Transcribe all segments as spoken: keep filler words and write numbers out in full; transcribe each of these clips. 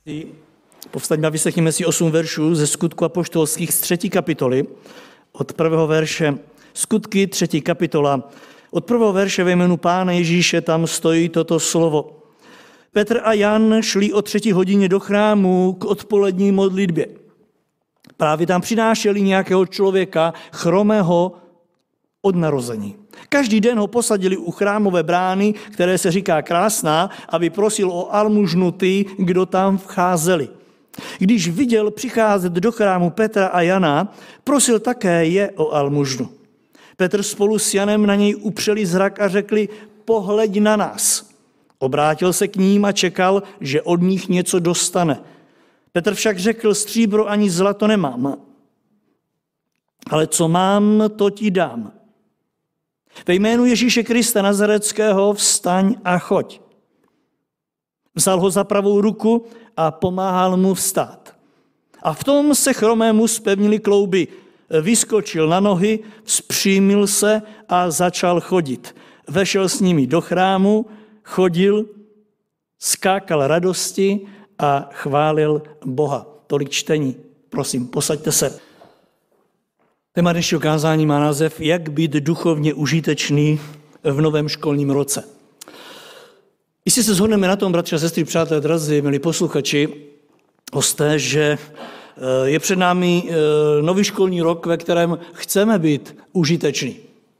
Povstaňme a vyslechněme si osm veršů ze Skutku apoštolských z třetí kapitoly, od prvého verše. Skutky, třetí kapitola. Od prvého verše ve jménu Pána Ježíše tam stojí toto slovo. Petr a Jan šli o třetí hodině do chrámu k odpolední modlitbě. Právě tam přinášeli nějakého člověka chromého od narození. Každý den ho posadili u chrámové brány, které se říká Krásná, aby prosil o almužnu ty, kdo tam vcházeli. Když viděl přicházet do chrámu Petra a Jana, prosil také je o almužnu. Petr spolu s Janem na něj upřeli zrak a řekli, pohleď na nás. Obrátil se k ním a čekal, že od nich něco dostane. Petr však řekl, stříbro ani zlato nemám, ale co mám, to ti dám. Ve jménu Ježíše Krista Nazareckého vstaň a choď. Vzal ho za pravou ruku a pomáhal mu vstát. A v tom se chromému zpevnily klouby. Vyskočil na nohy, vzpřímil se a začal chodit. Vešel s nimi do chrámu, chodil, skákal radosti a chválil Boha. Tolik čtení. Prosím, posaďte se. Téma dnešního kázání má název Jak být duchovně užitečný v novém školním roce. Jestli se shodneme na tom, bratři a sestry, přátelé, drazí, milí posluchači, hosté, že je před námi nový školní rok, ve kterém chceme být užiteční.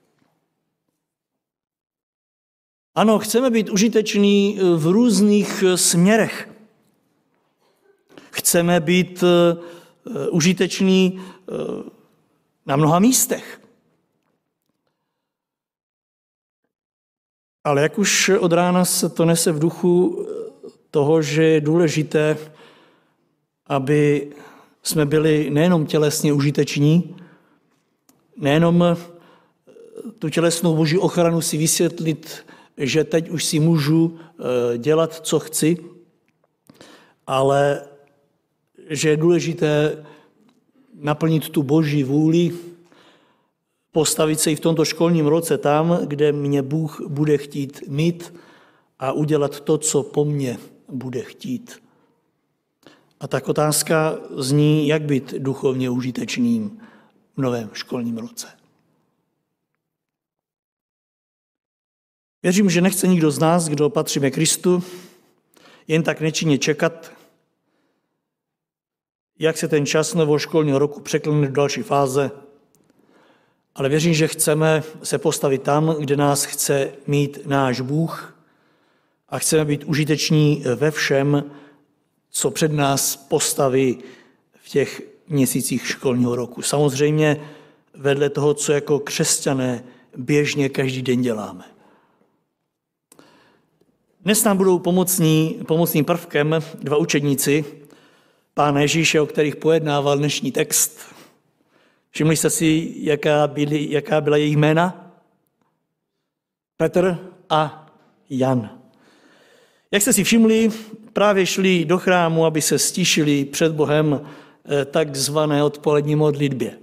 Ano, chceme být užiteční v různých směrech. Chceme být užiteční na mnoha místech. Ale jak už od rána se to nese v duchu toho, že je důležité, aby jsme byli nejenom tělesně užiteční, nejenom tu tělesnou boží ochranu si vysvětlit, že teď už si můžu dělat, co chci, ale že je důležité naplnit tu boží vůli, postavit se i v tomto školním roce tam, kde mě Bůh bude chtít mít a udělat to, co po mně bude chtít. A tak otázka zní, jak být duchovně užitečným v novém školním roce. Věřím, že nechce nikdo z nás, kdo patříme Kristu, jen tak nečinně čekat, jak se ten čas nového školního roku překlene do další fáze, ale věřím, že chceme se postavit tam, kde nás chce mít náš Bůh a chceme být užiteční ve všem, co před nás postaví v těch měsících školního roku. Samozřejmě vedle toho, co jako křesťané běžně každý den děláme. Dnes nám budou pomocní, pomocným prvkem dva učedníci Pána Ježíše, o kterých pojednával dnešní text. Všimli jste si, jaká, byly, jaká byla jejich jména? Petr a Jan. Jak jste si všimli, právě šli do chrámu, aby se stišili před Bohem takzvané odpolední modlitbě.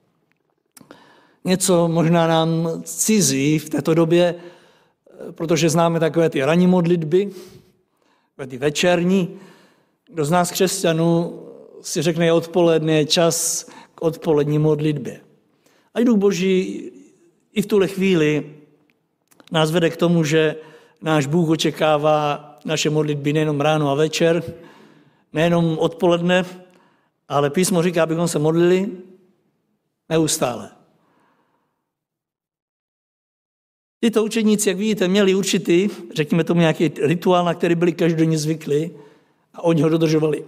Něco možná nám cizí v této době, protože známe takové ty ranní modlitby, takové ty večerní. Kdo z nás křesťanů si řekne, je odpoledne, je čas k odpolední modlitbě. A Duch Boží i v tuhle chvíli nás vede k tomu, že náš Bůh očekává naše modlitby nejenom ráno a večer, nejenom odpoledne, ale písmo říká, abychom se modlili neustále. Tyto učedníci, jak vidíte, měli určitý, řekněme tomu nějaký rituál, na který byli každodenně zvyklí a oni ho dodržovali.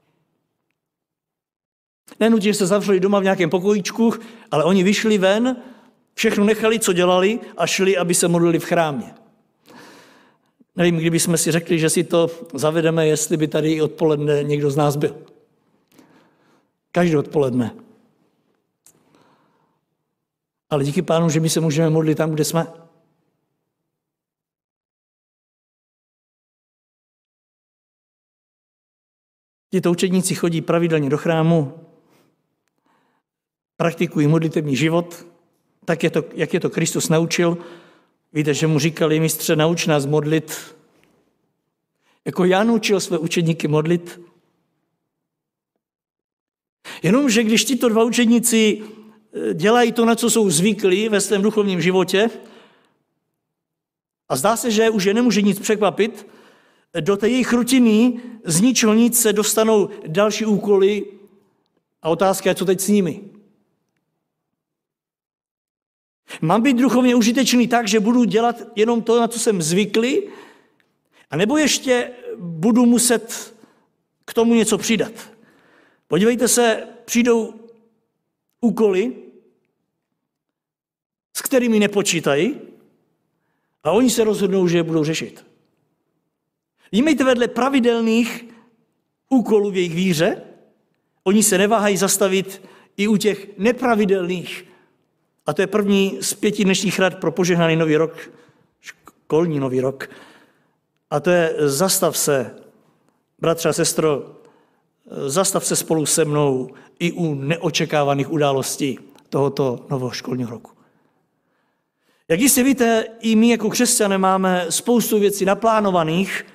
Nenutně se zavřeli doma v nějakém pokojíčku, ale oni vyšli ven, všechno nechali, co dělali a šli, aby se modlili v chrámě. Nevím, kdyby jsme si řekli, že si to zavedeme, jestli by tady odpoledne někdo z nás byl. Každý odpoledne. Ale díky Pánu, že my se můžeme modlit tam, kde jsme. Tito učedníci chodí pravidelně do chrámu, praktikují modlitevní život, tak je to, jak je to Kristus naučil. Víte, že mu říkali, mistře, nauč nás modlit. Jako Jan učil své učedníky modlit, Jenomže když tito dva učedníci dělají to, na co jsou zvyklí ve svém duchovním životě, a zdá se, že už je nemůže nic překvapit, do té jejich rutiny z ničeho nic se dostanou další úkoly a otázka je, co teď s nimi. Mám být duchovně užitečný tak, že budu dělat jenom to, na co jsem zvyklý, a nebo ještě budu muset k tomu něco přidat. Podívejte se, přijdou úkoly, s kterými nepočítají, a oni se rozhodnou, že je budou řešit. Vnímejte, vedle pravidelných úkolů v jejich víře, oni se neváhají zastavit i u těch nepravidelných. A to je první z pěti dnešních rad pro požehnaný nový rok, školní nový rok. A to je zastav se, bratře a sestro, zastav se spolu se mnou i u neočekávaných událostí tohoto nového školního roku. Jak jistě víte, i my jako křesťané máme spoustu věcí naplánovaných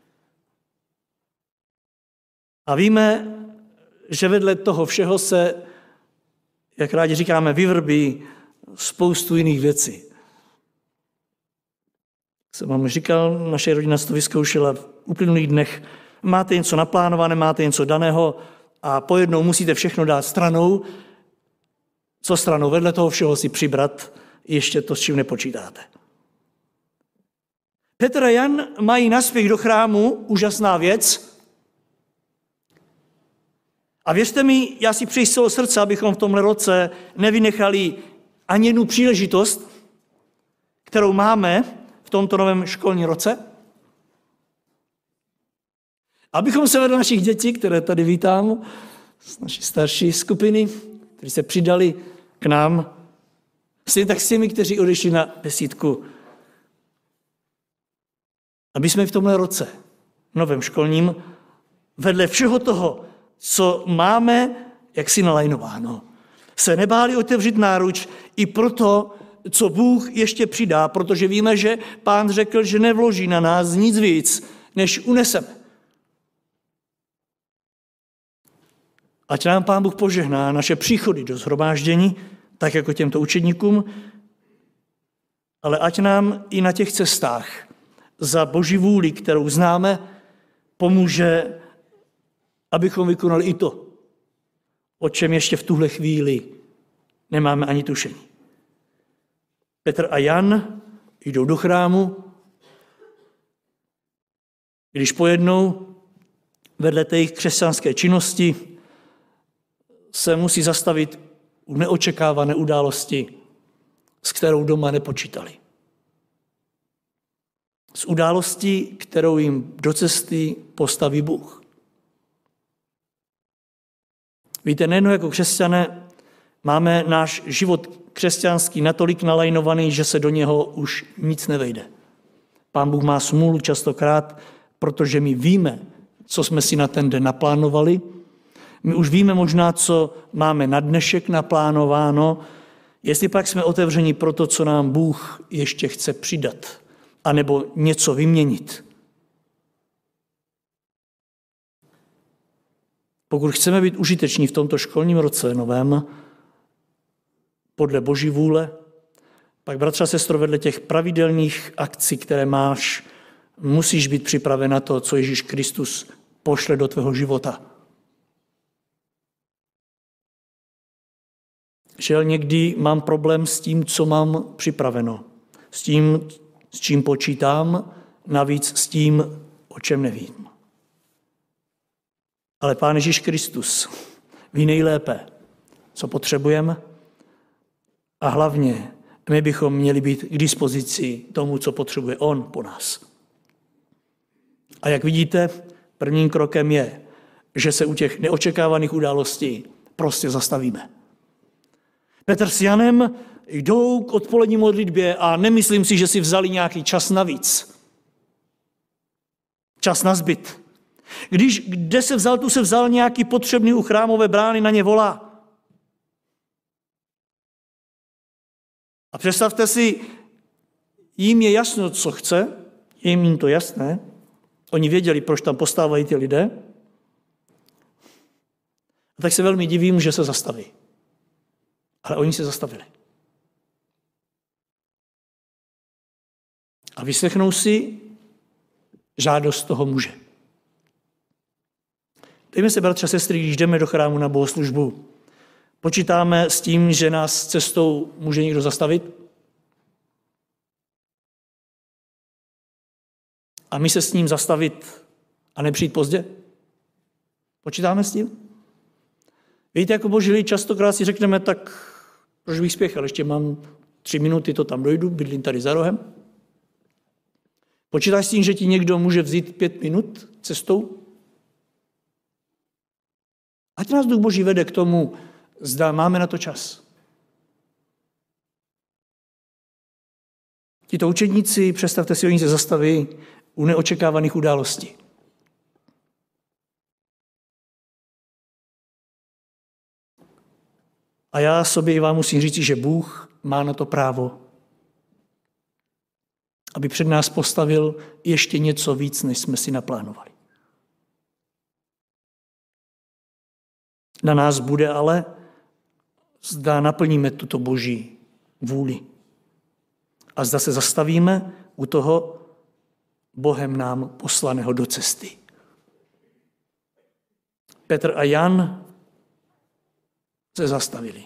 a víme, že vedle toho všeho se, jak rádi říkáme, vyvrbí spoustu jiných věcí. Jsem vám říkal, naše rodina to vyzkoušela v uplynulých dnech. Máte něco naplánované, máte něco daného a pojednou musíte všechno dát stranou. Co stranou? Vedle toho všeho si přibrat ještě to, s čím nepočítáte. Petr a Jan mají naspěch do chrámu úžasná věc. A věřte mi, já si přeji z celého srdce, abychom v tomhle roce nevynechali ani jednu příležitost, kterou máme v tomto novém školním roce. Abychom se vedle našich dětí, které tady vítám, z naší starší skupiny, kteří se přidali k nám, stejně tak s těmi, kteří odešli na desítku. Aby jsme v tomhle roce, novém školním, vedle všeho toho, co máme, jak si nalajnováno, se nebáli otevřít náruč i proto, co Bůh ještě přidá, protože víme, že Pán řekl, že nevloží na nás nic víc, než uneseme. Ať nám Pán Bůh požehná naše příchody do shromáždění, tak jako těmto učedníkům, ale ať nám i na těch cestách za Boží vůli, kterou známe, pomůže, abychom vykonali i to, o čem ještě v tuhle chvíli nemáme ani tušení. Petr a Jan jdou do chrámu, když pojednou vedle té jejich křesťanské činnosti se musí zastavit u neočekávané události, s kterou doma nepočítali. Z událostí, kterou jim do cesty postaví Bůh. Víte, nejen jako křesťané máme náš život křesťanský natolik nalajnovaný, že se do něho už nic nevejde. Pán Bůh má smůlu častokrát, protože my víme, co jsme si na ten den naplánovali. My už víme možná, co máme na dnešek naplánováno, jestli pak jsme otevřeni pro to, co nám Bůh ještě chce přidat, anebo něco vyměnit. Pokud chceme být užiteční v tomto školním roce novém, podle Boží vůle, pak, bratře a sestro, vedle těch pravidelných akcí, které máš, musíš být připraven na to, co Ježíš Kristus pošle do tvého života. Žel někdy mám problém s tím, co mám připraveno. S tím, s čím počítám, navíc s tím, o čem nevím. Ale Pán Ježíš Kristus ví nejlépe, co potřebujeme, a hlavně my bychom měli být k dispozici tomu, co potřebuje on po nás. A jak vidíte, prvním krokem je, že se u těch neočekávaných událostí prostě zastavíme. Petr s Janem jdou k odpolední modlitbě a nemyslím si, že si vzali nějaký čas navíc. Čas na zbyt. Když kde se vzal, tu se vzal nějaký potřebný u chrámové brány, na ně volá. A představte si, jim je jasno, co chce, je jim to jasné, oni věděli, proč tam postávají ty lidé. A tak se velmi divím, že se zastaví. Ale oni se zastavili. A vyslechnou si žádost toho muže. Dejme se, bratře a sestry, když jdeme do chrámu na bohoslužbu, počítáme s tím, že nás cestou může někdo zastavit? A my se s ním zastavit a nepřijít pozdě? Počítáme s tím? Víte, jako boží lid, častokrát si řekneme, tak proč bych spěchal, ještě mám tři minuty, to tam dojdu, bydlím tady za rohem. Počítáš s tím, že ti někdo může vzít pět minut cestou? Ať nás Duch Boží vede k tomu, zda máme na to čas. Tito učedníci, představte si, oni se zastaví u neočekávaných událostí. A já sobě i vám musím říct, že Bůh má na to právo, aby před nás postavil ještě něco víc, než jsme si naplánovali. Na nás bude ale, zda naplníme tuto boží vůli. A zda se zastavíme u toho Bohem nám poslaného do cesty. Petr a Jan se zastavili.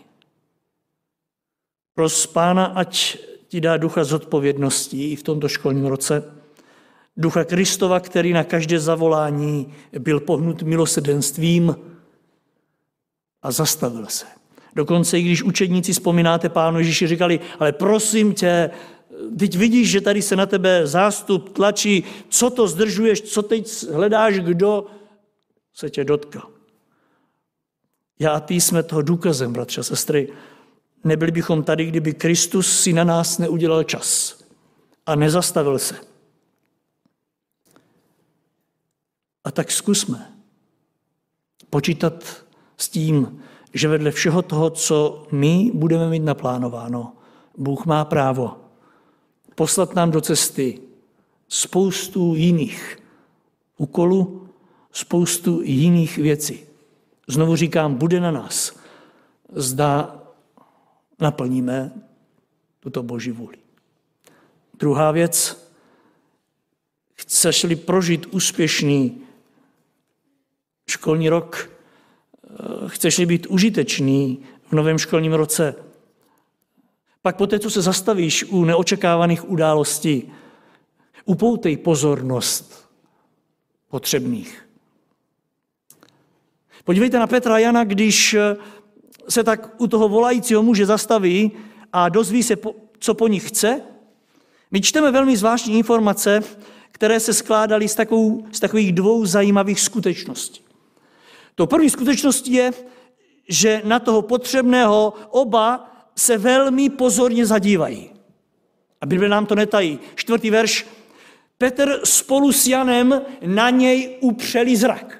Pros Pána, ať ti dá ducha zodpovědnosti i v tomto školním roce, ducha Kristova, který na každé zavolání byl pohnut milosrdenstvím a zastavil se. Dokonce i když učedníci, vzpomínáte, Pánu Ježíši říkali, ale prosím tě, teď vidíš, že tady se na tebe zástup tlačí, co to zdržuješ, co teď hledáš, kdo se tě dotkl. Já a ty jsme toho důkazem, bratře a sestry. Nebyli bychom tady, kdyby Kristus si na nás neudělal čas a nezastavil se. A tak zkusme počítat s tím, že vedle všeho toho, co my budeme mít naplánováno, Bůh má právo poslat nám do cesty spoustu jiných úkolů, spoustu jiných věcí. Znovu říkám, bude na nás, zda naplníme tuto boží vůli. Druhá věc, chceš-li prožít úspěšný školní rok, chceš-li být užitečný v novém školním roce, pak poté, co se zastavíš u neočekávaných událostí, upoutej pozornost potřebných. Podívejte na Petra a Jana, když se tak u toho volajícího muže zastaví a dozví se, co po nich chce. My čteme velmi zvláštní informace, které se skládaly z, takovou, z takových dvou zajímavých skutečností. To první skutečností je, že na toho potřebného oba se velmi pozorně zadívají. A Bible nám to netají. Čtvrtý verš. Petr spolu s Janem na něj upřeli zrak.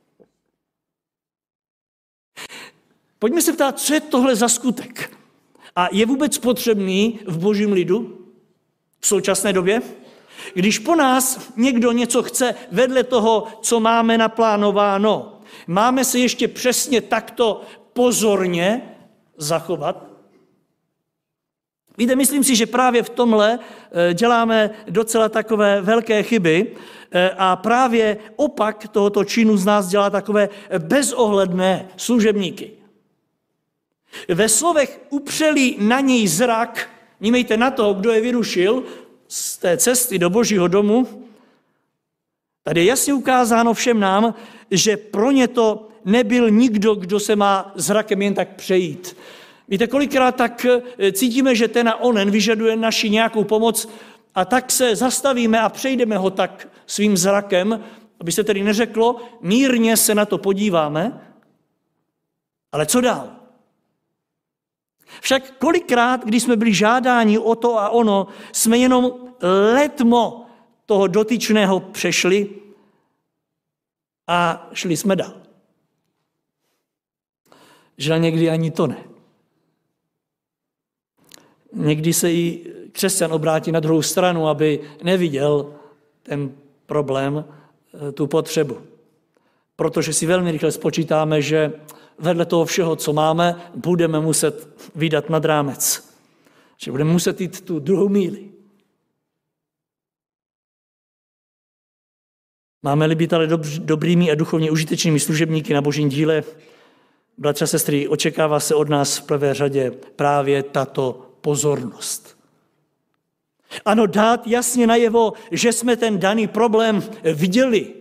Pojďme se ptát, co je tohle za skutek. A je vůbec potřebný v božím lidu v současné době? Když po nás někdo něco chce vedle toho, co máme naplánováno, máme se ještě přesně takto pozorně zachovat? Víte, myslím si, že právě v tomhle děláme docela takové velké chyby a právě opak tohoto činu z nás dělá takové bezohledné služebníky. Ve slovech upřeli na něj zrak, nímejte na toho, kdo je vyrušil z té cesty do Božího domu, tady je jasně ukázáno všem nám, že pro ně to nebyl nikdo, kdo se má zrakem jen tak přejít. Víte, kolikrát tak cítíme, že ten a onen vyžaduje naši nějakou pomoc a tak se zastavíme a přejdeme ho tak svým zrakem, aby se tedy neřeklo, mírně se na to podíváme, ale co dál? Však kolikrát, když jsme byli žádáni o to a ono, jsme jenom letmo toho dotyčného přešli a šli jsme dál. Že někdy ani to ne. Někdy se i křesťan obrátí na druhou stranu, aby neviděl ten problém, tu potřebu. Protože si velmi rychle spočítáme, že vedle toho všeho, co máme, budeme muset vydat nad rámec. Že budeme muset jít tu druhou míli. Máme-li být ale dobrými a duchovně užitečnými služebníky na božím díle, bratři a sestry, očekává se od nás v prvé řadě právě tato pozornost. Ano, dát jasně najevo, že jsme ten daný problém viděli.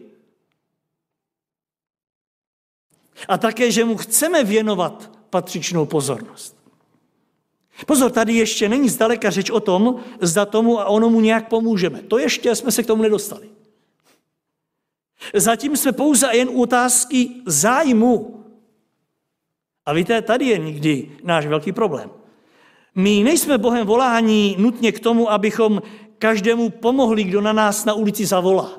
A také, že mu chceme věnovat patřičnou pozornost. Pozor, tady ještě není zdaleka řeč o tom, zda tomu a onomu nějak pomůžeme. To ještě jsme se k tomu nedostali. Zatím jsme pouze jen u otázky zájmu. A víte, tady je někdy náš velký problém. My nejsme Bohem voláni nutně k tomu, abychom každému pomohli, kdo na nás na ulici zavolá.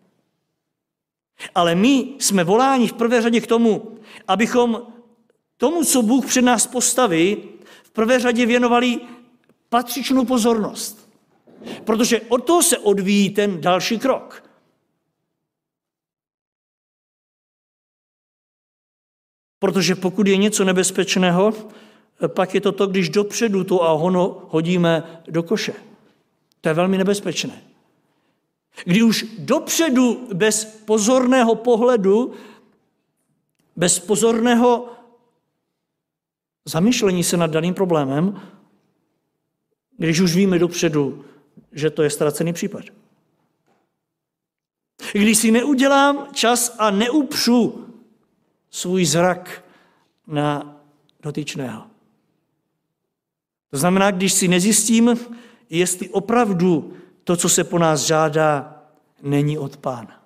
Ale my jsme voláni v prvé řadě k tomu, abychom tomu, co Bůh před nás postaví, v prvé řadě věnovali patřičnou pozornost. Protože od toho se odvíjí ten další krok. Protože pokud je něco nebezpečného, pak je to to, když dopředu to a ono hodíme do koše. To je velmi nebezpečné. Kdy už dopředu bez pozorného pohledu, bez pozorného zamyšlení se nad daným problémem, když už víme dopředu, že to je ztracený případ. Když si neudělám čas a neupřu svůj zrak na dotyčného. To znamená, když si nezjistím, jestli opravdu to, co se po nás žádá, není od Pána.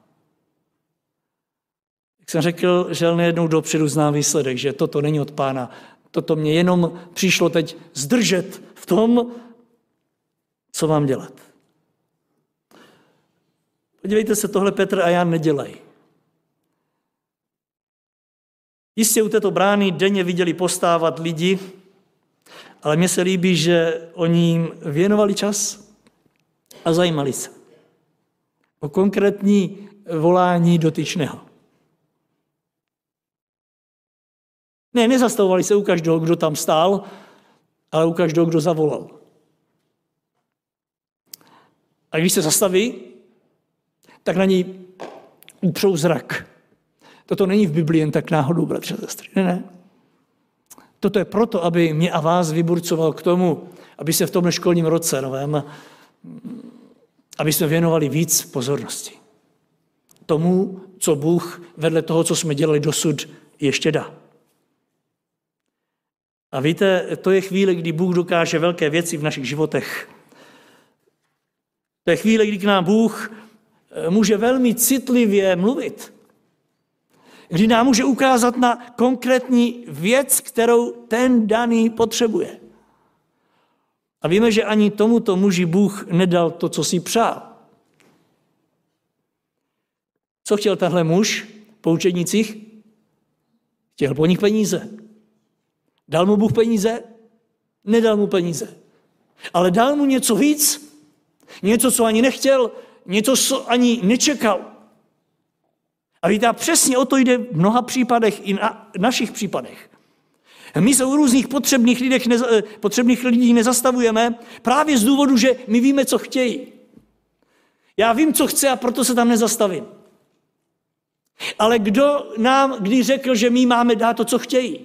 Jak jsem řekl, že nejednou dopředu znám výsledek, že toto není od Pána. Toto mě jenom přišlo teď zdržet v tom, co mám dělat. Podívejte se, tohle Petr a Jan nedělají. Jistě u této brány denně viděli postávat lidi, ale mně se líbí, že oni jim věnovali čas a zajímali se o konkrétní volání dotyčného. Ne, nezastavovali se u každého, kdo tam stál, ale u každého, kdo zavolal. A když se zastaví, tak na něj upřou zrak. Toto není v Biblii jen tak náhodou, bratři a sestry. Ne, ne. Toto je proto, aby mě a vás vyburcoval k tomu, aby se v tomhle školním roce novém, aby jsme věnovali víc pozornosti. Tomu, co Bůh vedle toho, co jsme dělali dosud, ještě dá. A víte, to je chvíle, kdy Bůh dokáže velké věci v našich životech. To je chvíle, kdy k nám Bůh může velmi citlivě mluvit. Kdy nám může ukázat na konkrétní věc, kterou ten daný potřebuje. A víme, že ani tomuto muži Bůh nedal to, co si přál. Co chtěl tenhle muž po učednicích? Chtěl po nich peníze. Dal mu Bůh peníze? Nedal mu peníze. Ale dal mu něco víc, něco, co ani nechtěl, něco, co ani nečekal. A víte, přesně o to jde v mnoha případech, i na našich případech. My se u různých potřebných, lidech neza, potřebných lidí nezastavujeme právě z důvodu, že my víme, co chtějí. Já vím, co chce, a proto se tam nezastavím. Ale kdo nám kdy řekl, že my máme dát to, co chtějí?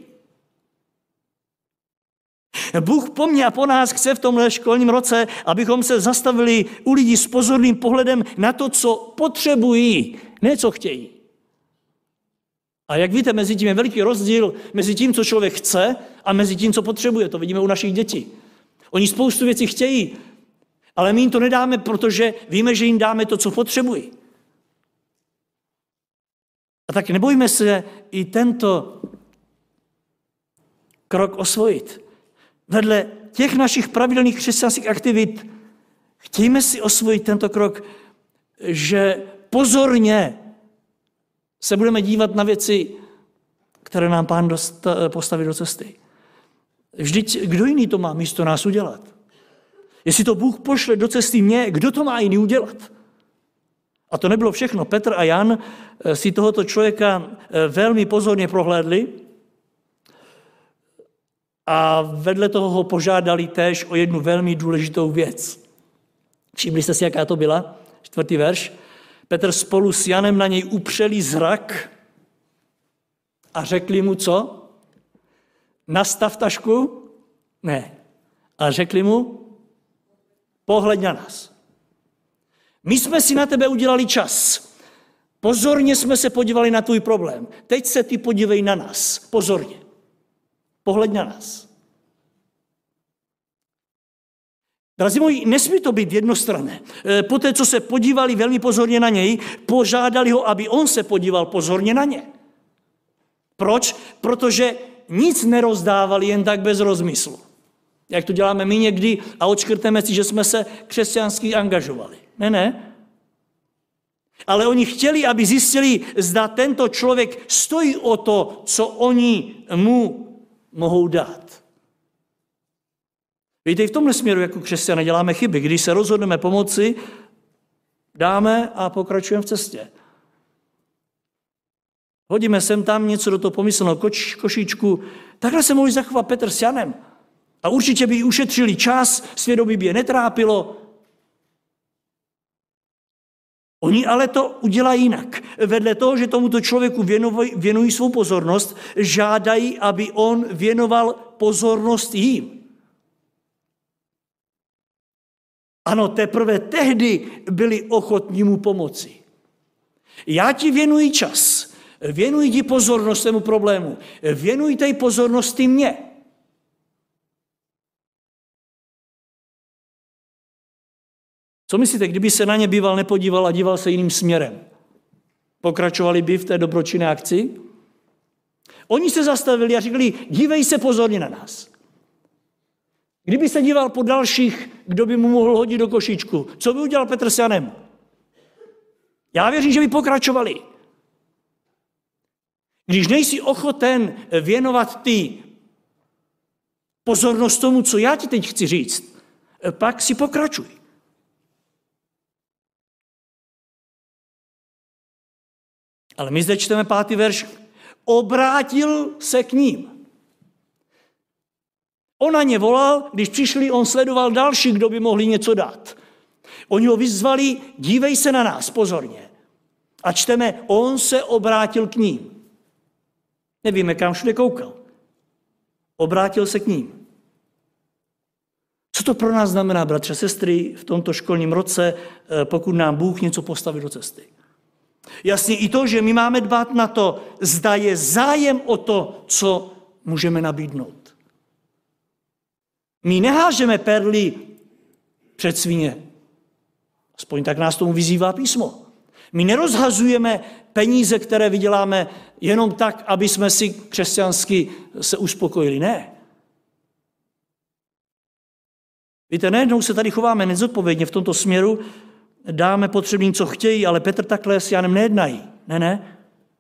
Bůh po mně a po nás chce v tomhle školním roce, abychom se zastavili u lidí s pozorným pohledem na to, co potřebují, ne co chtějí. A jak víte, mezi tím je veliký rozdíl mezi tím, co člověk chce, a mezi tím, co potřebuje. To vidíme u našich dětí. Oni spoustu věcí chtějí, ale my jim to nedáme, protože víme, že jim dáme to, co potřebují. A tak nebojme se i tento krok osvojit. Vedle těch našich pravidelných křesťanských aktivit chtějme si osvojit tento krok, že pozorně se budeme dívat na věci, které nám Pán dost, postaví do cesty. Vždyť kdo jiný to má místo nás udělat? Jestli to Bůh pošle do cesty mě, kdo to má jiný udělat? A to nebylo všechno. Petr a Jan si tohoto člověka velmi pozorně prohlédli A vedle toho ho požádali též o jednu velmi důležitou věc. Všimli jste si, jaká to byla? Čtvrtý verš. Petr spolu s Janem na něj upřeli zrak a řekli mu co? Nastav tašku? Ne. A řekli mu, pohleď na nás. My jsme si na tebe udělali čas. Pozorně jsme se podívali na tvůj problém. Teď se ty podívej na nás. Pozorně. Pohleď na nás. Drazí moji, nesmí to být jednostranné. Poté, co se podívali velmi pozorně na něj, požádali ho, aby on se podíval pozorně na ně. Proč? Protože nic nerozdávali jen tak bez rozmyslu. Jak to děláme my někdy a odškrteme si, že jsme se křesťansky angažovali. Ne, ne. Ale oni chtěli, aby zjistili, zda tento člověk stojí o to, co oni mu mohou dát. Víte, i v tomhle směru jako křesťané děláme chyby. Když se rozhodneme pomoci, dáme a pokračujeme v cestě. Hodíme sem tam něco do toho pomyslného koč, košíčku. Takhle se mohli zachovat Petr s Janem. A určitě by ušetřili čas, svědomí by je netrápilo. Oni ale to udělají jinak. Vedle toho, že tomuto člověku věnují, věnují svou pozornost, žádají, aby on věnoval pozornost jim. Ano, teprve tehdy byli ochotní mu pomoci. Já ti věnuji čas, věnuji ti pozornost tému problému, věnuj tej pozornost ty mě. Co myslíte, kdyby se na ně býval nepodíval a díval se jiným směrem? Pokračovali by v té dobročinné akci? Oni se zastavili a řekli, dívej se pozorně na nás. Kdyby se díval po dalších, kdo by mu mohl hodit do košíčku, co by udělal Petr s Janem? Já věřím, že by pokračovali. Když nejsi ochoten věnovat ty pozornost tomu, co já ti teď chci říct, pak si pokračuj. Ale my zde čteme pátý verš. Obrátil se k ním. On na ně volal, když přišli, on sledoval další, kdo by mohli něco dát. Oni ho vyzvali, dívej se na nás pozorně. A čteme, on se obrátil k ním. Nevíme, kam všude koukal. Obrátil se k ním. Co to pro nás znamená, bratře, sestry, v tomto školním roce, pokud nám Bůh něco postaví do cesty? Jasně i to, že my máme dbát na to, zda je zájem o to, co můžeme nabídnout. My nehážeme perly před svině. Aspoň tak nás tomu vyzývá písmo. My nerozhazujeme peníze, které vyděláme jenom tak, aby jsme si křesťansky se uspokojili. Ne. Víte, nejednou se tady chováme nezodpovědně v tomto směru, dáme potřebným, co chtějí, ale Petr takhle s Janem nejednají. Ne, ne.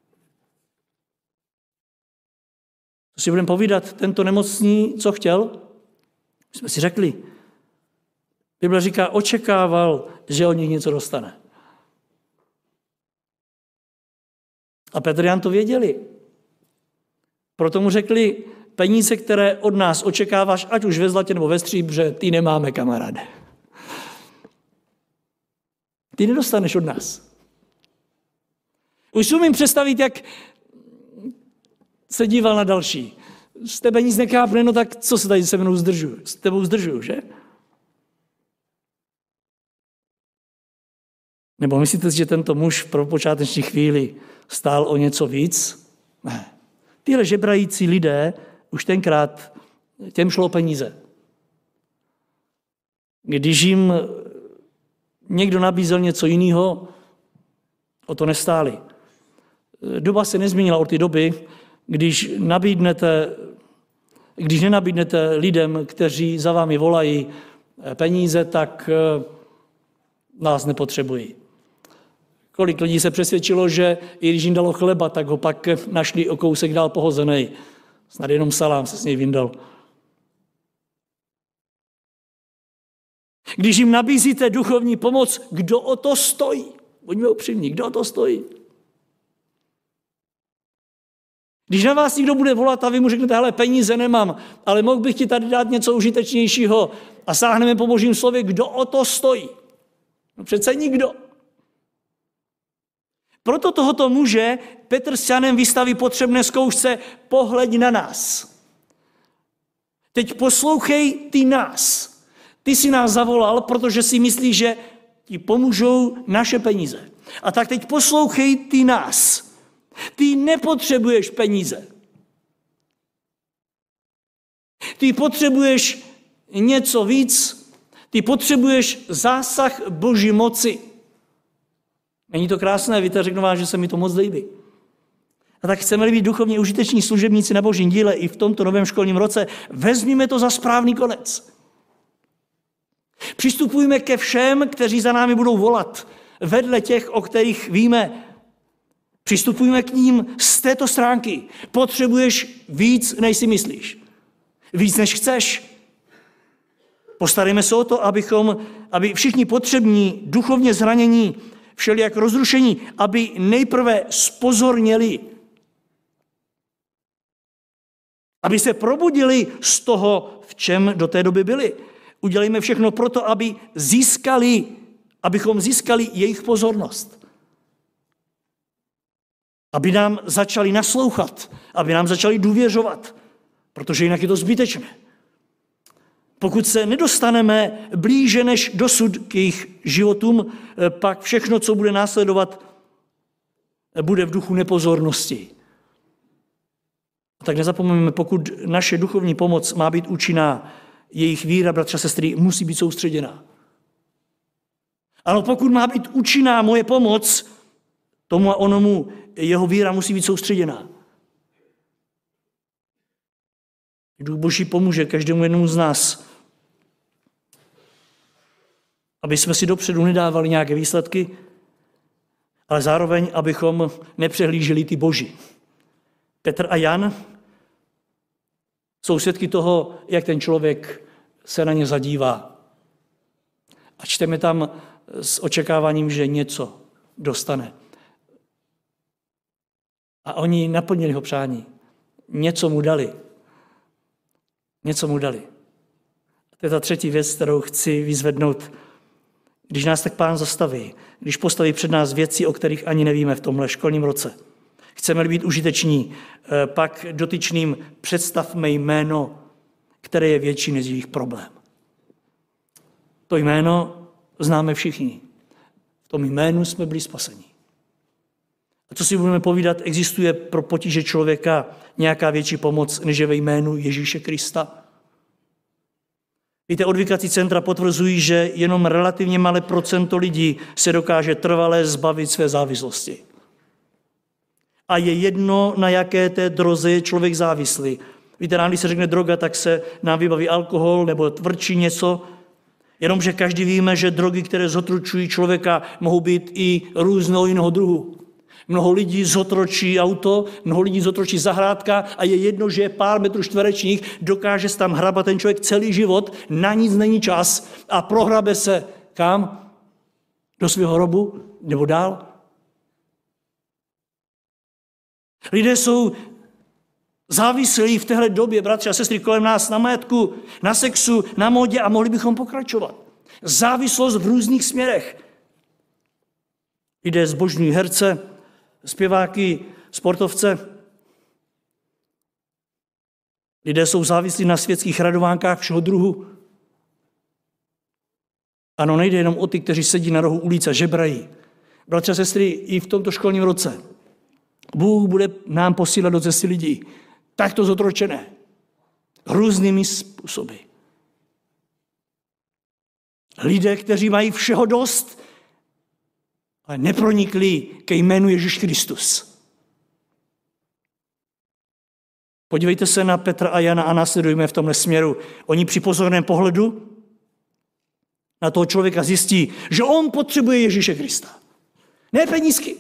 To si budeme povídat, tento nemocný, co chtěl? My jsme si řekli. Bible říká, očekával, že od nich něco dostane. A Petr Jan to věděli. Proto mu řekli, peníze, které od nás očekáváš, ať už ve zlatě nebo ve stříbře, ty nemáme, kamaráde. Ty nedostaneš od nás. Už si umím představit, jak se díval na další. Z tebe nic nekápne, no tak co se tady se mnou zdržuju? S tebou zdržuju, že? Nebo myslíte si, že tento muž v prvopočáteční chvíli stál o něco víc? Ne. Tyhle žebrající lidé už tenkrát těm šlo peníze. Když jim někdo nabízel něco jiného, o to nestáli. Doba se nezměnila od té doby, když nabídnete, když nenabídnete lidem, kteří za vámi volají peníze, tak nás nepotřebují. Kolik lidí se přesvědčilo, že i když jim dalo chleba, tak ho pak našli o kousek dál pohozený. Snad jenom salám se s něj vyndal. Když jim nabízíte duchovní pomoc, kdo o to stojí? Buďme upřímní, kdo o to stojí? Když na vás někdo bude volat a vy mu řeknete, hele, peníze nemám, ale mohl bych ti tady dát něco užitečnějšího a sáhneme po Božím slově, kdo o to stojí? No přece nikdo. Proto tohoto muže Petr s Janem vystaví potřebné zkoušce, pohleď na nás. Teď poslouchej ty nás. Ty si nás zavolal, protože si myslíš, že ti pomůžou naše peníze. A tak teď poslouchej ty nás. Ty nepotřebuješ peníze. Ty potřebuješ něco víc. Ty potřebuješ zásah Boží moci. Není to krásné? Víte, řeknu vám, že se mi to moc líbí. A tak chceme být duchovně užiteční služebníci na Božím díle i v tomto novém školním roce. Vezměme to za správný konec. Přistupujme ke všem, kteří za námi budou volat, vedle těch, o kterých víme. Přistupujme k ním z této stránky. Potřebuješ víc, než si myslíš. Víc, než chceš. Postarejme se o to, abychom, aby všichni potřební, duchovně zranění, všelijak rozrušení, aby nejprve spozorněli. Aby se probudili z toho, v čem do té doby byli. Udělejme všechno proto, aby získali, abychom získali jejich pozornost. Aby nám začali naslouchat, aby nám začali důvěřovat, protože jinak je to zbytečné. Pokud se nedostaneme blíže než dosud k jejich životům, pak všechno, co bude následovat, bude v duchu nepozornosti. Tak nezapomeňme, pokud naše duchovní pomoc má být účinná, jejich víra, bratři a sestry, musí být soustředěná. Ale pokud má být účinná moje pomoc, tomu a onomu jeho víra musí být soustředěná. Duch Boží pomůže každému jednomu z nás, aby jsme si dopředu nedávali nějaké výsledky, ale zároveň, abychom nepřehlíželi ty Boží. Petr a Jan jsou svědky toho, jak ten člověk se na ně zadívá. A čteme tam s očekáváním, že něco dostane. A oni naplnili jeho přání. Něco mu dali. Něco mu dali. To je ta třetí věc, kterou chci vyzvednout. Když nás tak Pán zastaví, když postaví před nás věci, o kterých ani nevíme v tomhle školním roce, chceme-li být užiteční, pak dotyčným představme jméno, které je větší než jejich problém. To jméno známe všichni. V tom jménu jsme byli spaseni. A co si budeme povídat, existuje pro potíže člověka nějaká větší pomoc, než je ve jménu Ježíše Krista? Víte, odvykací centra potvrzují, že jenom relativně malé procento lidí se dokáže trvale zbavit své závislosti. A je jedno, na jaké té droze je člověk závislý. Víte, nám, když se řekne droga, tak se nám vybaví alkohol nebo tvrdší něco. Jenomže každý víme, že drogy, které zotručují člověka, mohou být i různého jiného druhu. Mnoho lidí zotročí auto, mnoho lidí zotročí zahrádka a je jedno, že je pár metrů čtverečních, dokáže se tam hrabat ten člověk celý život, na nic není čas a prohrabe se kam? Do svého hrobu nebo dál? Lidé jsou závislí v téhle době, bratři a sestry, kolem nás na majetku, na sexu, na módě a mohli bychom pokračovat. Závislost v různých směrech. Lidé zbožňují herce, zpěváky, sportovce. Lidé jsou závislí na světských radovánkách všeho druhu. Ano, nejde jenom o ty, kteří sedí na rohu ulice a žebrají. Bratři a sestry, i v tomto školním roce Bůh bude nám posílat do cesty lidí. Takto zotročené. Různými způsoby. Lidé, kteří mají všeho dost, ale nepronikli ke jménu Ježíš Kristus. Podívejte se na Petra a Jana a následujme v tomhle směru. Oni při pozorném pohledu na toho člověka zjistí, že on potřebuje Ježíše Krista. Ne penízky.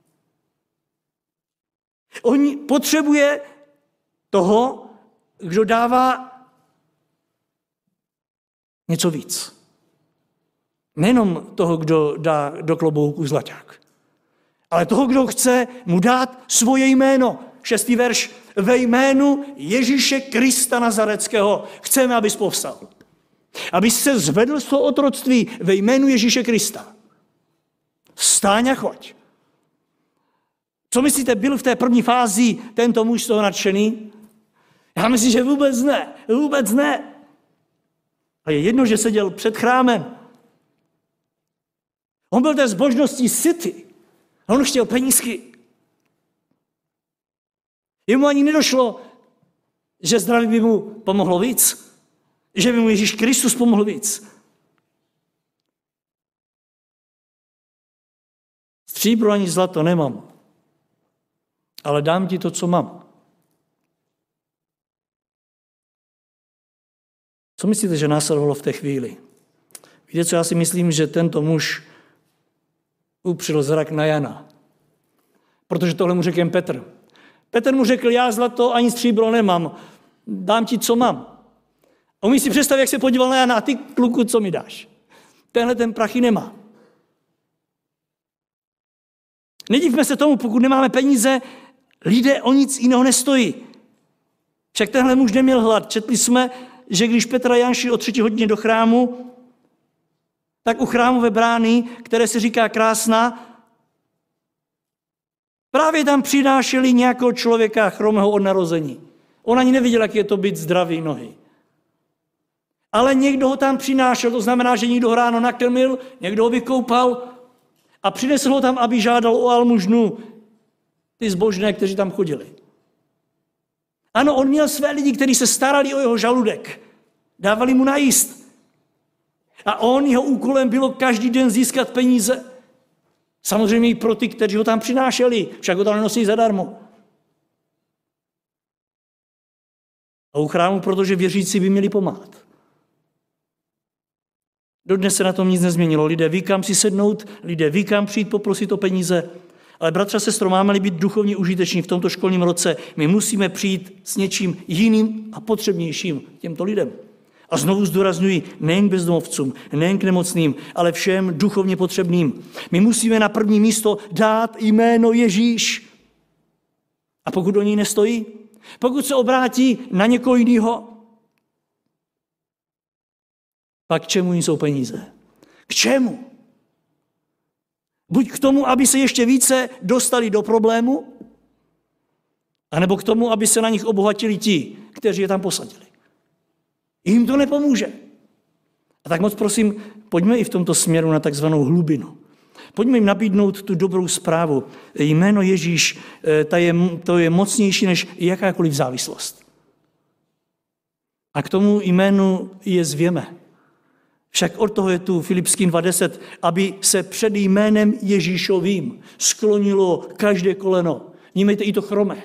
On potřebuje toho, kdo dává něco víc. Nejenom toho, kdo dá do klobouku zlaťák, ale toho, kdo chce mu dát svoje jméno. Šestý verš. Ve jménu Ježíše Krista Nazareckého chceme, abys povstal. Abys se zvedl z toho otroctví ve jménu Ježíše Krista. Vstáň a choď. Co myslíte, byl v té první fázi tento muž z toho nadšený? Já myslím, že vůbec ne. Vůbec ne. A je jedno, že seděl před chrámem. On byl té zbožností sytý. A on chtěl penízky. Jemu ani nedošlo, že zdraví by mu pomohlo víc. Že by mu Ježíš Kristus pomohl víc. Stříbro ani zlato nemám, ale dám ti to, co mám. Co myslíte, že následovalo v té chvíli? Víte, co já si myslím, že tento muž upřel zrak na Jana. Protože tohle mu řekl jen Petr. Petr mu řekl, já zlato ani stříbro nemám, dám ti, co mám. A umí si představit, jak se podíval na Jana, a ty, kluku, co mi dáš? Tenhle ten prachy nemá. Nedívme se tomu, pokud nemáme peníze, lidé o nic jiného nestojí. Však tenhle muž neměl hlad. Četli jsme, že když Petr a Jan šli o třetí hodině do chrámu, tak u chrámové brány, které se říká Krásná, právě tam přinášeli nějakého člověka chromého od narození. On ani neviděl, jak je to být zdravý nohy. Ale někdo ho tam přinášel, to znamená, že někdo ho ráno nakrmil, někdo ho vykoupal a přinesl ho tam, aby žádal o almužnu ty zbožné, kteří tam chodili. Ano, on měl své lidi, kteří se starali o jeho žaludek. Dávali mu najíst. A on, jeho úkolem bylo každý den získat peníze. Samozřejmě i pro ty, kteří ho tam přinášeli. Však ho tam nenosí zadarmo. A u chrámu, protože věřící by měli pomáhat. Dodnes se na tom nic nezměnilo. Lidé ví, kam si sednout, lidé ví, kam přijít poprosit o peníze. Ale bratře a sestro, máme-li být duchovně užiteční v tomto školním roce, my musíme přijít s něčím jiným a potřebnějším těmto lidem. A znovu zdůrazňuji, nejen k bezdomovcům, nejen k nemocným, ale všem duchovně potřebným. My musíme na první místo dát jméno Ježíš. A pokud o něj nestojí, pokud se obrátí na někoho jiného, pak k čemu jim jsou peníze? K čemu? Buď k tomu, aby se ještě více dostali do problému, anebo k tomu, aby se na nich obohatili ti, kteří je tam posadili. Jim to nepomůže. A tak moc prosím, pojďme i v tomto směru na takzvanou hlubinu. Pojďme jim nabídnout tu dobrou zprávu. Jméno Ježíš, to je, to je mocnější než jakákoliv závislost. A k tomu jménu je zvěme. Však od toho je tu Filipským dva deset, aby se před jménem Ježíšovým sklonilo každé koleno. Vnímejte i to chromé.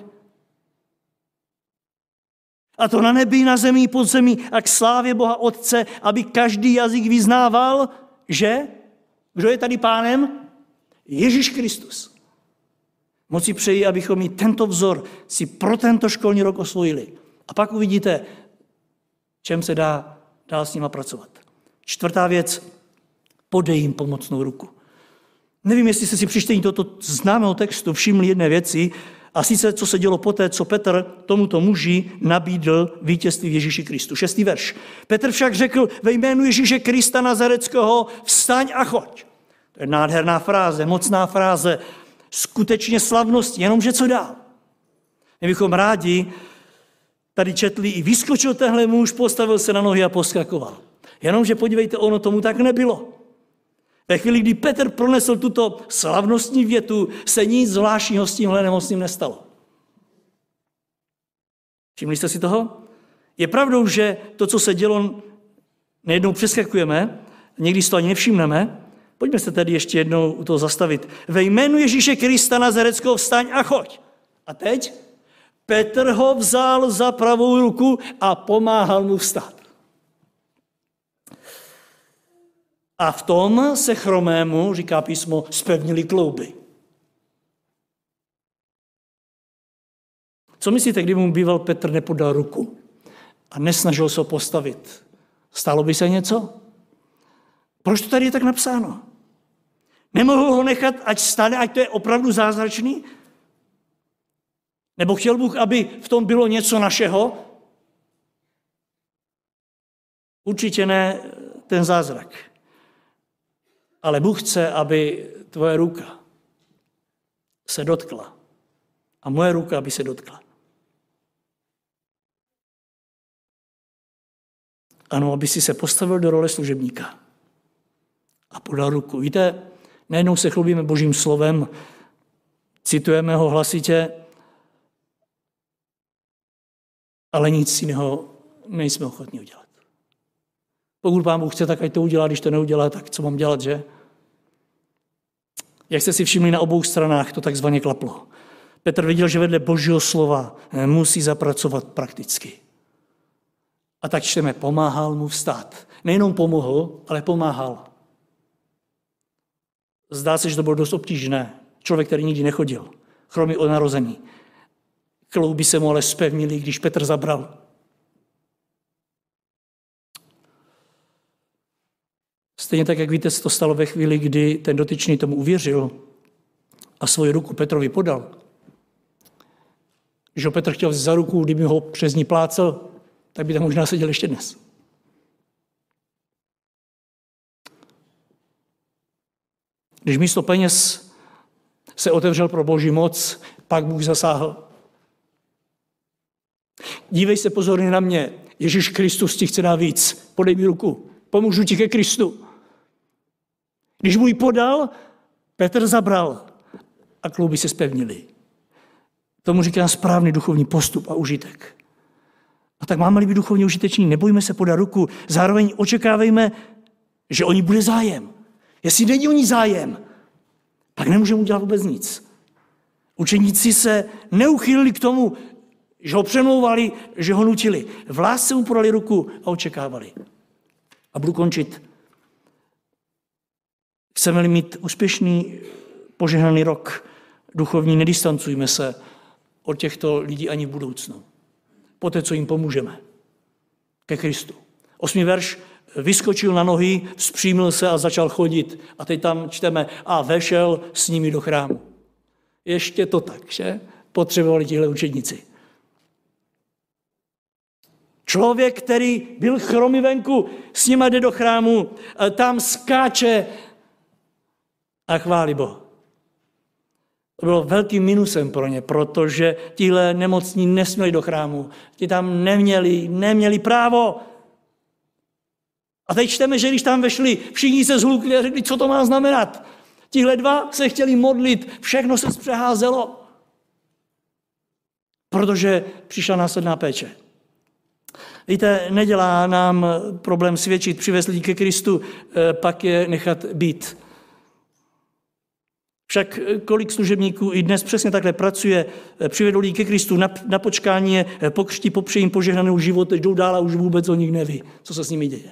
A to na nebi, na zemi i pod zemí a k slávě Boha Otce, aby každý jazyk vyznával, že, kdo je tady pánem? Ježíš Kristus. Moc si přeji, abychom i tento vzor si pro tento školní rok osvojili. A pak uvidíte, čem se dá dál s nima pracovat. Čtvrtá věc, podej jim pomocnou ruku. Nevím, jestli jste si při čtení tohoto známého textu všimli jedné věci, a sice, co se dělo poté, co Petr tomuto muži nabídl vítězství v Ježíši Kristu. Šestý verš. Petr však řekl, ve jménu Ježíše Krista Nazareckého, vstaň a choď. To je nádherná fráze, mocná fráze, skutečně slavnost, jenomže co dál? My bychom rádi tady četli, i vyskočil tenhle muž, postavil se na nohy a poskakoval. Jenomže podívejte, ono tomu tak nebylo. Ve chvíli, kdy Petr pronesl tuto slavnostní větu, se nic zvláštního s tímhle nemocným nestalo. Všimli jste si toho? Je pravdou, že to, co se dělo, nejednou přeskakujeme, někdy si to ani nevšimneme. Pojďme se tedy ještě jednou u toho zastavit. Ve jménu Ježíše Krista Nazareckého vstaň a choď. A teď Petr ho vzal za pravou ruku a pomáhal mu vstát. A v tom se chromému, říká písmo, zpevnily klouby. Co myslíte, kdyby mu býval Petr nepodal ruku a nesnažil se ho postavit? Stalo by se něco? Proč to tady je tak napsáno? Nemohl ho nechat, ať stane, ať to je opravdu zázračný? Nebo chtěl Bůh, aby v tom bylo něco našeho? Určitě ne ten zázrak. Ale Bůh chce, aby tvoje ruka se dotkla. A moje ruka, aby se dotkla. Ano, aby si se postavil do role služebníka a podal ruku. Víte, najednou se chlubíme Božím slovem, citujeme ho hlasitě, ale nic jiného nejsme ochotní udělat. Pokud Pán Bůh chce, tak ať to udělá, když to neudělá, tak co mám dělat, že? Jak jste si všimli, na obou stranách to takzvaně klaplo. Petr viděl, že vedle Božího slova musí zapracovat prakticky. A tak čteme, pomáhal mu vstát. Nejenom pomohl, ale pomáhal. Zdá se, že to bylo dost obtížné. Člověk, který nikdy nechodil, chromý od narození. Klouby se mu ale zpevnili, když Petr zabral. Stejně tak, jak víte, se to stalo ve chvíli, kdy ten dotyčný tomu uvěřil a svoji ruku Petrovi podal. Když ho Petr chtěl vzít za ruku, kdyby ho přes ní plácel, tak by tam možná seděl ještě dnes. Když místo peněz se otevřel pro Boží moc, pak Bůh zasáhl. Dívej se pozorně na mě. Ježíš Kristus ti chce dát víc. Podej mi ruku. Pomůžu ti ke Kristu. Když mu ji podal, Petr zabral a klouby se zpevnili. Tomu říkám správný duchovní postup a užitek. A tak máme-li být duchovně užiteční, nebojme se podat ruku, zároveň očekávejme, že o ní bude zájem. Jestli není o ní zájem, pak nemůžeme udělat vůbec nic. Učeníci se neuchýlili k tomu, že ho přemlouvali, že ho nutili. V lásce mu podali ruku a očekávali. A budu končit. Chceme-li mít úspěšný, požehnaný rok duchovní, nedistancujme se od těchto lidí ani v budoucnu. Poté, co jim pomůžeme. Ke Kristu. Osmý verš, vyskočil na nohy, vzpřímil se a začal chodit. A teď tam čteme, a vešel s nimi do chrámu. Ještě to tak, že? Potřebovali tihle učedníci. Člověk, který byl chromý venku, s nima jde do chrámu, tam skáče a chválí Boha. To bylo velkým minusem pro ně, protože tihle nemocní nesměli do chrámu. Ti tam neměli, neměli právo. A teď čteme, že když tam vešli, všichni se zhlukli a řekli, co to má znamenat. Tihle dva se chtěli modlit, všechno se zpřeházelo, protože přišla následná péče. Víte, nedělá nám problém svědčit, přivést lidi ke Kristu, pak je nechat být. Však kolik služebníků i dnes přesně takhle pracuje, přivedou lidi ke Kristu na, na počkání, je pokřtí, popřejí jim požehnanou život, jdou dál a už vůbec o nich neví, co se s nimi děje.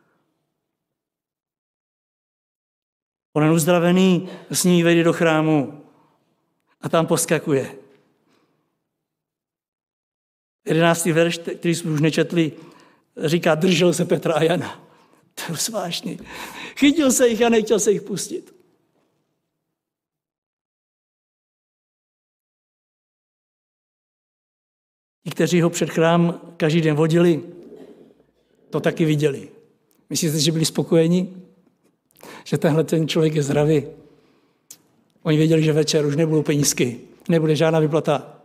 Onen uzdravený s nimi vejde do chrámu a tam poskakuje. Jedenáctý verš, který jsme už nečetli, říká, držel se Petra a Jana. To je zvláštní. Chytil se jich a nechtěl se jich pustit. Ti, kteří ho před chrám každý den vodili, to taky viděli. Myslíte, že byli spokojeni? Že tenhle ten člověk je zdravý? Oni věděli, že večer už nebudou penízky, nebude žádná vyplata.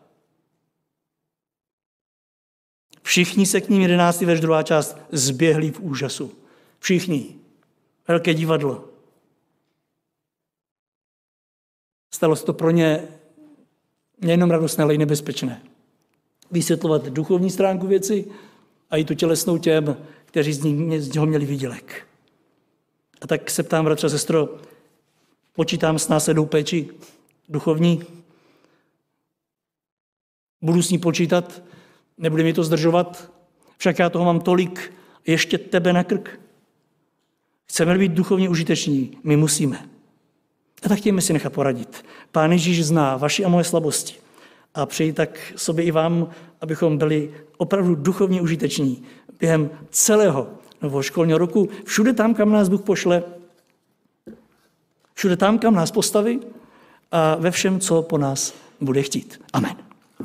Všichni se k ním, jedenáctý verš, druhá část, zběhli v úžasu. Všichni. Velké divadlo. Stalo se to pro ně nejenom radostné, ale i nebezpečné. Vysvětlovat duchovní stránku věci a i tu tělesnou těm, kteří z, ní, z něho měli výdělek. A tak se ptám, bratře a sestro, počítám s následnou péči duchovní? Budu s ní počítat? Nebude mi to zdržovat? Však já toho mám tolik, ještě tebe na krk. Chceme být duchovně užiteční? My musíme. A tak chtějme si nechat poradit. Pán Ježíš zná vaši a moje slabosti. A přeji tak sobě i vám, abychom byli opravdu duchovně užiteční během celého nového školního roku. Všude tam, kam nás Bůh pošle. Všude tam, kam nás postaví a ve všem, co po nás bude chtít. Amen.